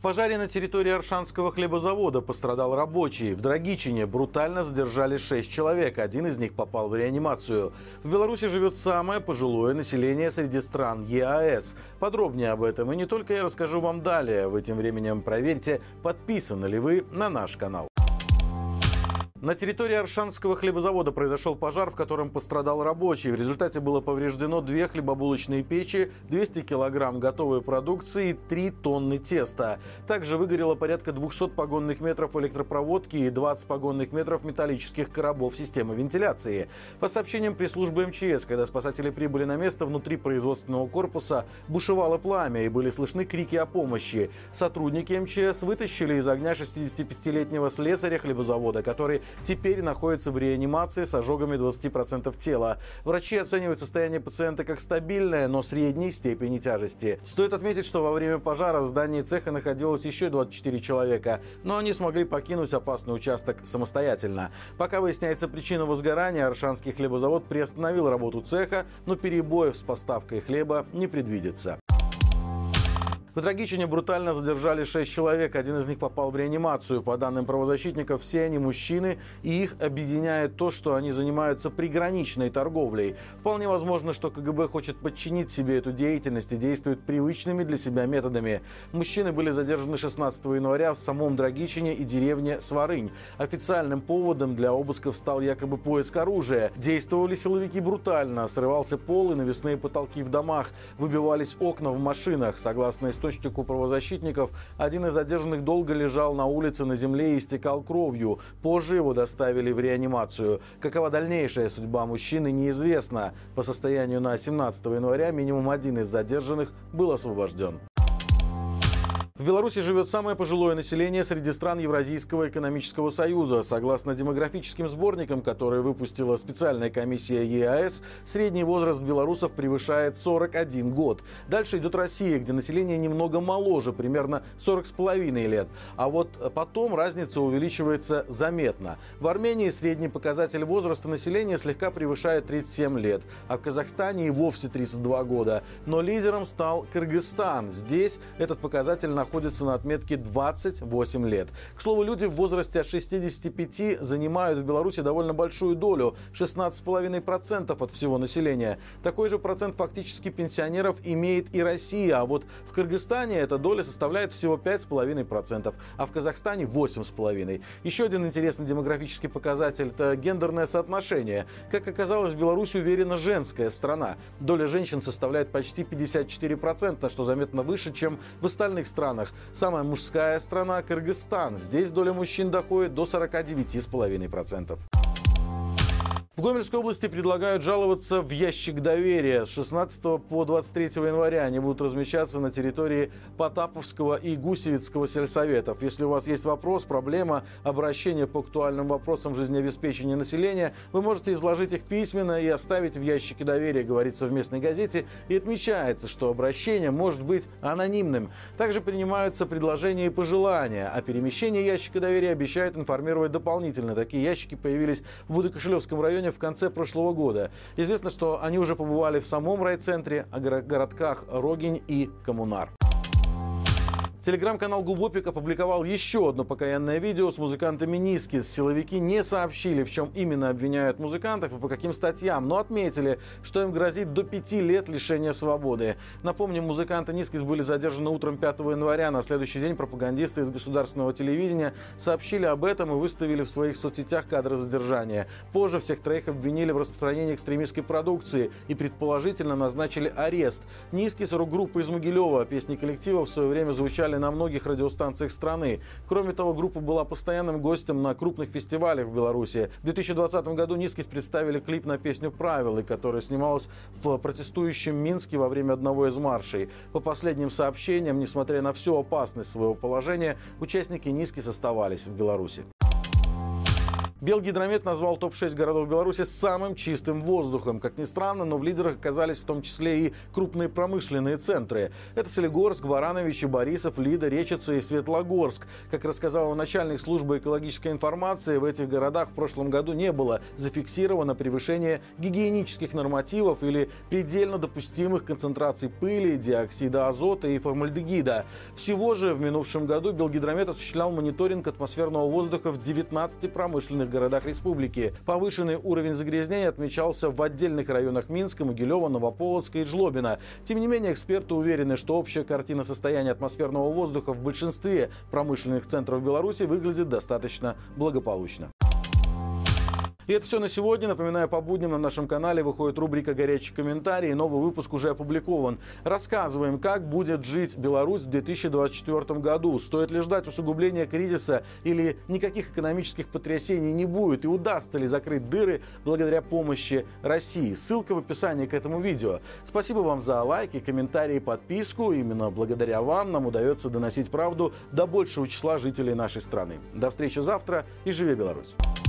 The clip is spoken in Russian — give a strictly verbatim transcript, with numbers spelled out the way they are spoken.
пожаре на территории Оршанского хлебозавода пострадал рабочий. В Драгичине брутально задержали шесть человек. Один из них попал в реанимацию. В Беларуси живет самое пожилое население среди стран ЕАЭС. Подробнее об этом и не только я расскажу вам далее. Вы тем временем проверьте, подписаны ли вы на наш канал. На территории Оршанского хлебозавода произошел пожар, в котором пострадал рабочий. В результате было повреждено две хлебобулочные печи, двести килограмм готовой продукции и три тонны теста. Также выгорело порядка двухсот погонных метров электропроводки и двадцати погонных метров металлических коробов системы вентиляции. По сообщениям пресс-службы МЧС, когда спасатели прибыли на место, внутри производственного корпуса бушевало пламя и были слышны крики о помощи. Сотрудники МЧС вытащили из огня шестидесятипятилетнего слесаря хлебозавода, который теперь находится в реанимации с ожогами двадцати процентов тела. Врачи оценивают состояние пациента как стабильное, но средней степени тяжести. Стоит отметить, что во время пожара в здании цеха находилось еще двадцать четыре человека, но они смогли покинуть опасный участок самостоятельно. Пока выясняется причина возгорания, Оршанский хлебозавод приостановил работу цеха, но перебоев с поставкой хлеба не предвидится. В Драгичине брутально задержали шесть человек. Один из них попал в реанимацию. По данным правозащитников, все они мужчины, и их объединяет то, что они занимаются приграничной торговлей. Вполне возможно, что КГБ хочет подчинить себе эту деятельность и действует привычными для себя методами. Мужчины были задержаны шестнадцатого января в самом Драгичине и деревне Сварынь. Официальным поводом для обысков стал якобы поиск оружия. Действовали силовики брутально. Срывался пол и навесные потолки в домах. Выбивались окна в машинах. Согласно истории источнику правозащитников, один из задержанных долго лежал на улице на земле и истекал кровью. Позже его доставили в реанимацию. Какова дальнейшая судьба мужчины, неизвестно. По состоянию на семнадцатого января минимум один из задержанных был освобожден. В Беларуси живет самое пожилое население среди стран Евразийского экономического союза. Согласно демографическим сборникам, которые выпустила специальная комиссия ЕАЭС, средний возраст белорусов превышает сорок один год. Дальше идет Россия, где население немного моложе, примерно сорок с половиной лет. А вот потом разница увеличивается заметно. В Армении средний показатель возраста населения слегка превышает тридцать семь лет, а в Казахстане и вовсе тридцать два года. Но лидером стал Кыргызстан. Здесь этот показатель находится находится на отметке двадцать восемь лет. К слову, люди в возрасте от шестидесяти пяти занимают в Беларуси довольно большую долю – шестнадцать целых пять десятых процента от всего населения. Такой же процент фактически пенсионеров имеет и Россия, а вот в Кыргызстане эта доля составляет всего пять целых пять десятых процента, а в Казахстане восемь целых пять десятых процента. Еще один интересный демографический показатель – это гендерное соотношение. Как оказалось, Беларусь уверенно женская страна. Доля женщин составляет почти пятьдесят четыре процента, что заметно выше, чем в остальных странах. Самая мужская страна – Кыргызстан. Здесь доля мужчин доходит до сорока девяти целых пяти десятых процента. В Гомельской области предлагают жаловаться в ящик доверия. С шестнадцатого по двадцать третьего января они будут размещаться на территории Потаповского и Гусевицкого сельсоветов. Если у вас есть вопрос, проблема, обращение по актуальным вопросам жизнеобеспечения населения, вы можете изложить их письменно и оставить в ящике доверия, говорится в местной газете, и отмечается, что обращение может быть анонимным. Также принимаются предложения и пожелания. О перемещении ящика доверия обещают информировать дополнительно. Такие ящики появились в Будокошелевском районе в конце прошлого года. Известно, что они уже побывали в самом райцентре, о городках Рогинь и Коммунар. Телеграм-канал Губопик опубликовал еще одно покаянное видео с музыкантами Нискис. Силовики не сообщили, в чем именно обвиняют музыкантов и по каким статьям, но отметили, что им грозит до пяти лет лишения свободы. Напомним, музыканты Нискис были задержаны утром пятого января. На следующий день пропагандисты из государственного телевидения сообщили об этом и выставили в своих соцсетях кадры задержания. Позже всех троих обвинили в распространении экстремистской продукции и предположительно назначили арест. Нискис — рок-группа из Могилева. Песни коллектива в свое время звучали на многих радиостанциях страны. Кроме того, группа была постоянным гостем на крупных фестивалях в Беларуси. В две тысячи двадцатом году Нискис представили клип на песню «Правила», которая снималась в протестующем Минске во время одного из маршей. По последним сообщениям, несмотря на всю опасность своего положения, участники Нискис оставались в Беларуси. Белгидромет назвал топ шесть городов Беларуси самым чистым воздухом. Как ни странно, но в лидерах оказались в том числе и крупные промышленные центры. Это Солигорск, Барановичи, Борисов, Лида, Речица и Светлогорск. Как рассказал начальник службы экологической информации, в этих городах в прошлом году не было зафиксировано превышение гигиенических нормативов или предельно допустимых концентраций пыли, диоксида азота и формальдегида. Всего же в минувшем году Белгидромет осуществлял мониторинг атмосферного воздуха в девятнадцати промышленных городах республики. Повышенный уровень загрязнения отмечался в отдельных районах Минска, Могилева, Новополоцка и Жлобина. Тем не менее, эксперты уверены, что общая картина состояния атмосферного воздуха в большинстве промышленных центров Беларуси выглядит достаточно благополучно. И это все на сегодня. Напоминаю, по будням на нашем канале выходит рубрика «Горячие комментарии». Новый выпуск уже опубликован. Рассказываем, как будет жить Беларусь в две тысячи двадцать четвёртом году. Стоит ли ждать усугубления кризиса или никаких экономических потрясений не будет? И удастся ли закрыть дыры благодаря помощи России? Ссылка в описании к этому видео. Спасибо вам за лайки, комментарии, подписку. Именно благодаря вам нам удается доносить правду до большего числа жителей нашей страны. До встречи завтра и живи Беларусь!